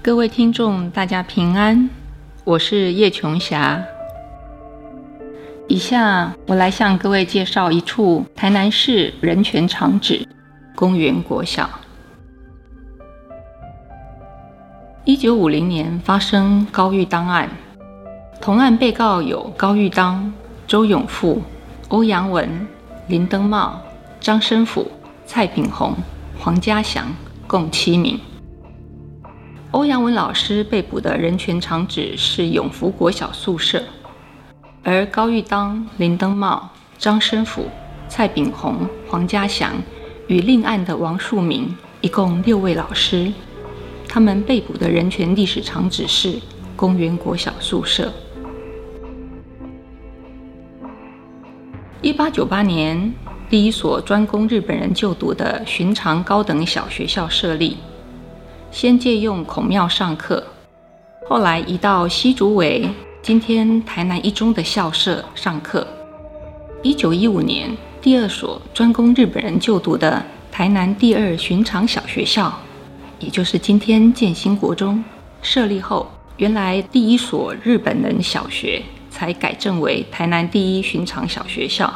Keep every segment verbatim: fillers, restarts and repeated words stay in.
各位听众，大家平安，我是叶琼霞。以下我来向各位介绍一处台南市人权长址公园国小。一九五零年发生高玉当案，同案被告有高玉当、周永富、欧阳文、林登茂、张申府、蔡炳宏、黄家祥，共七名。欧阳文老师被捕的人权长址是永福国小宿舍，而高玉当、林登茂、张申府、蔡炳宏、黄家祥与另案的王树明一共六位老师，他们被捕的人权历史长址是公园国小宿舍。一八九八年，第一所专供日本人就读的寻常高等小学校设立，先借用孔庙上课，后来移到西竹围今天台南一中的校舍上课。一九一五年，第二所专供日本人就读的台南第二寻常小学校，也就是今天建新国中设立后，原来第一所日本人小学才改正为台南第一寻常小学校。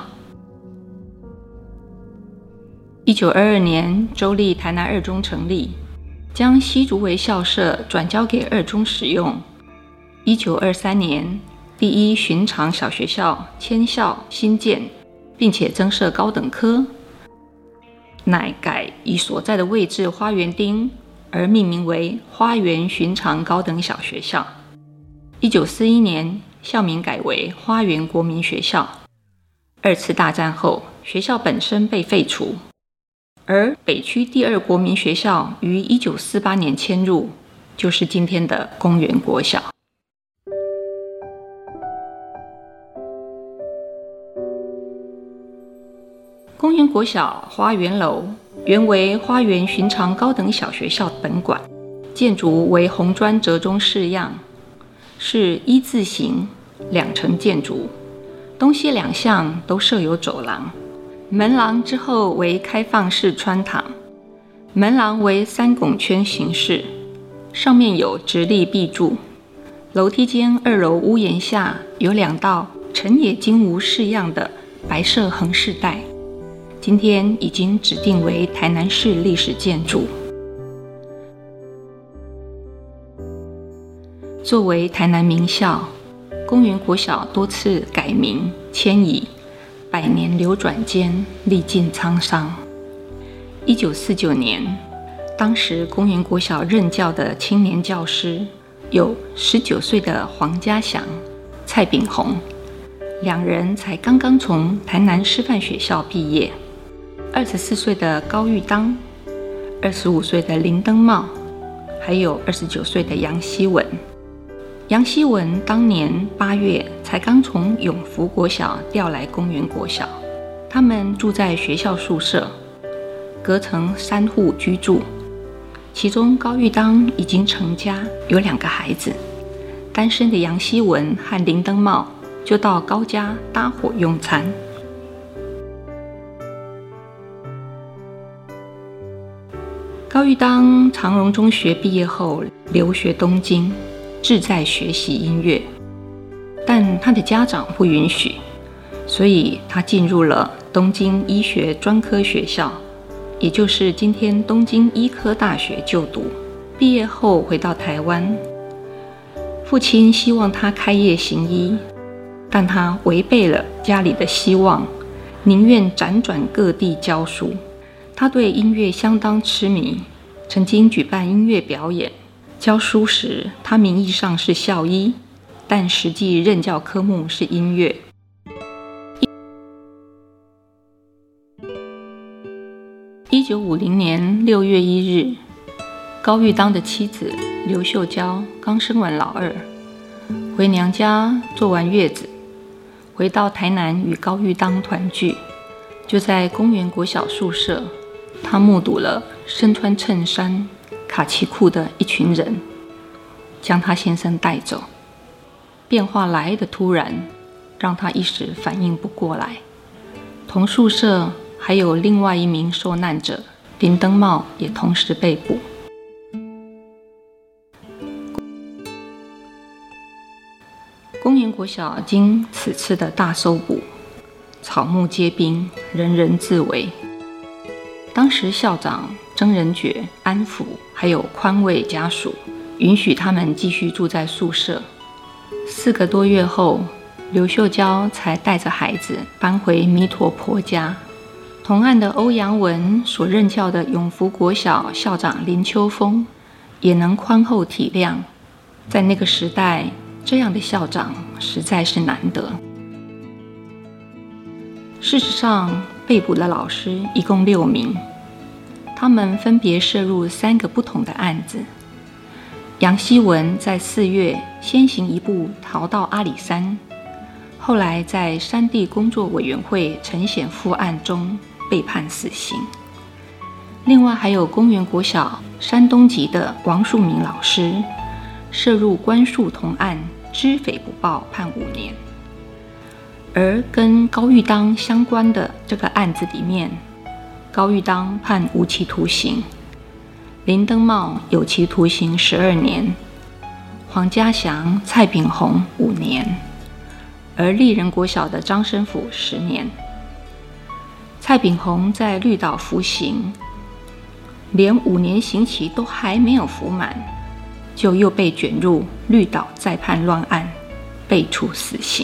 一九二二年，州立台南二中成立，将西竹围校舍转交给二中使用。一九二三年，第一寻常小学校迁校新建，并且增设高等科，乃改以所在的位置花园町而命名为花园寻常高等小学校。一九四一年，校名改为花园国民学校。二次大战后，学校本身被废除，而北区第二国民学校于一九四八年迁入，就是今天的公园国小。公园国小花园楼原为花园寻常高等小学校本馆，建筑为红砖折中式样，是一字形两层建筑，东西两向都设有走廊，门廊之后为开放式穿堂，门廊为三拱圈形式，上面有直立壁柱。楼梯间二楼屋檐下有两道成也金吾式样的白色横式带，今天已经指定为台南市历史建筑。作为台南名校，公园国小多次改名迁移，百年流转间历尽沧桑。一九四九年，当时公园国小任教的青年教师有十九岁的黄家祥、蔡炳宏，两人才刚刚从台南师范学校毕业。二十四岁的高玉当，二十五岁的林登茂，还有二十九岁的杨希文。杨希文当年八月才刚从永福国小调来公园国小，他们住在学校宿舍，隔成三户居住。其中高玉当已经成家，有两个孩子，单身的杨希文和林登茂就到高家搭伙用餐。高玉当长荣中学毕业后留学东京，志在学习音乐，但他的家长不允许，所以他进入了东京医学专科学校，也就是今天东京医科大学就读。毕业后回到台湾，父亲希望他开业行医，但他违背了家里的希望，宁愿辗转各地教书。他对音乐相当痴迷，曾经举办音乐表演。教书时，他名义上是校医，但实际任教科目是音乐。一九五零年六月一日，高玉当的妻子刘秀娇刚生完老二，回娘家坐完月子，回到台南与高玉当团聚。就在公园国小宿舍，他目睹了身穿衬衫、卡其裤的一群人将他先生带走。变化来得突然，让他一时反应不过来。同宿舍还有另外一名受难者林登茂也同时被捕。 公园国小经此次的大搜捕，草木皆兵，人人自危。当时校长曾仁觉安抚还有宽慰家属，允许他们继续住在宿舍。四个多月后，刘秀娇才带着孩子搬回弥陀婆家。同案的欧阳文所任教的永福国小校长林秋峰也能宽厚体谅，在那个时代，这样的校长实在是难得。事实上，被捕的老师一共六名，他们分别涉入三个不同的案子。杨希文在四月先行一步逃到阿里山，后来在山地工作委员会陈显复案中被判死刑。另外还有公园国小山东籍的王树明老师，涉入关树同案，知匪不报，判五年。而跟高玉当相关的这个案子里面，高玉当判无期徒刑，林登茂有期徒刑十二年，黄家祥、蔡炳宏五年，而丽人国小的张申府十年。蔡炳宏在绿岛服刑，连五年刑期都还没有服满，就又被卷入绿岛再判乱案，被处死刑。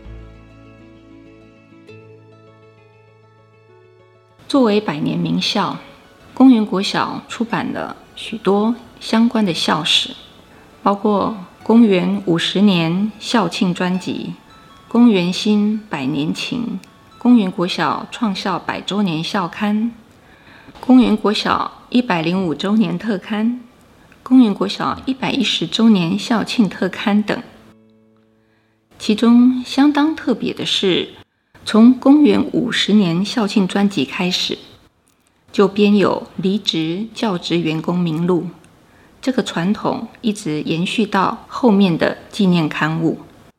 作为百年名校，公园国小出版了许多相关的校史，包括公园五十年校庆专辑、公园新百年情、公园国小创校百周年校刊、公园国小一百零五周年特刊、公园国小一百一十周年校庆特刊等。其中相当特别的是，从公园五十年校庆专辑开始，就编有离职教职员工名录，这个传统一直延续到后面的纪念刊物。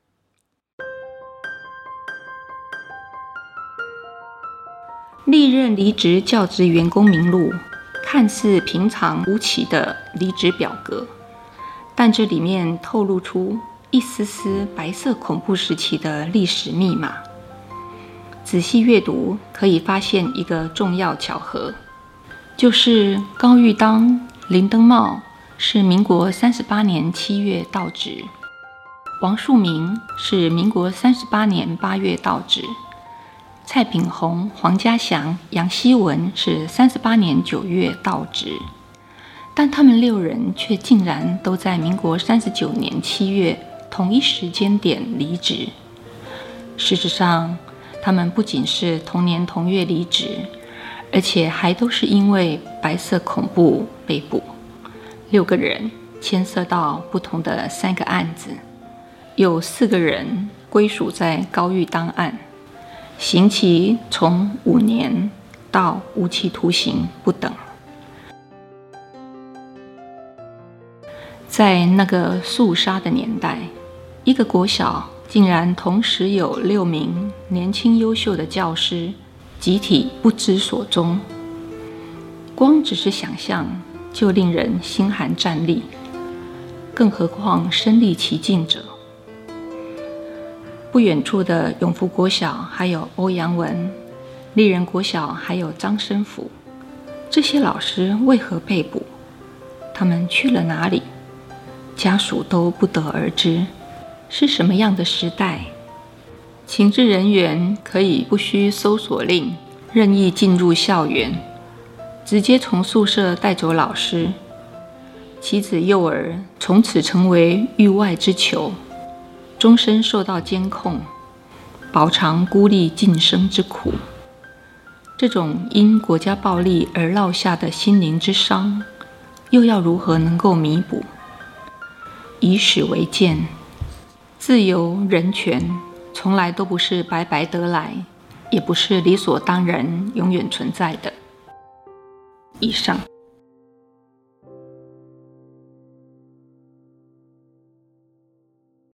历任离职教职员工名录看似平常无奇的离职表格，但这里面透露出一丝丝白色恐怖时期的历史密码。仔细阅读可以发现一个重要巧合，就是高玉当、林登茂是民国三十八年七月到职，王树明是民国三十八年八月到职，蔡炳宏、黄家祥、杨希文是三十八年九月到职，但他们六人却竟然都在民国三十九年七月同一时间点离职。事实上，他们不仅是同年同月离职，而且还都是因为白色恐怖被捕。六个人牵涉到不同的三个案子，有四个人归属在高玉当案，刑期从五年到无期徒刑不等。在那个肃杀的年代，一个国小竟然同时有六名年轻优秀的教师集体不知所踪，光只是想象就令人心寒战栗，更何况身历其境者。不远处的永福国小还有欧阳文，丽人国小还有张申府，这些老师为何被捕？他们去了哪里？家属都不得而知。是什么样的时代？情治人员可以不需搜索令，任意进入校园，直接从宿舍带走老师，妻子幼儿从此成为域外之囚，终身受到监控，饱尝孤立晋升之苦。这种因国家暴力而落下的心灵之伤，又要如何能够弥补？以史为鉴，自由人权从来都不是白白得来，也不是理所当然永远存在的。以上。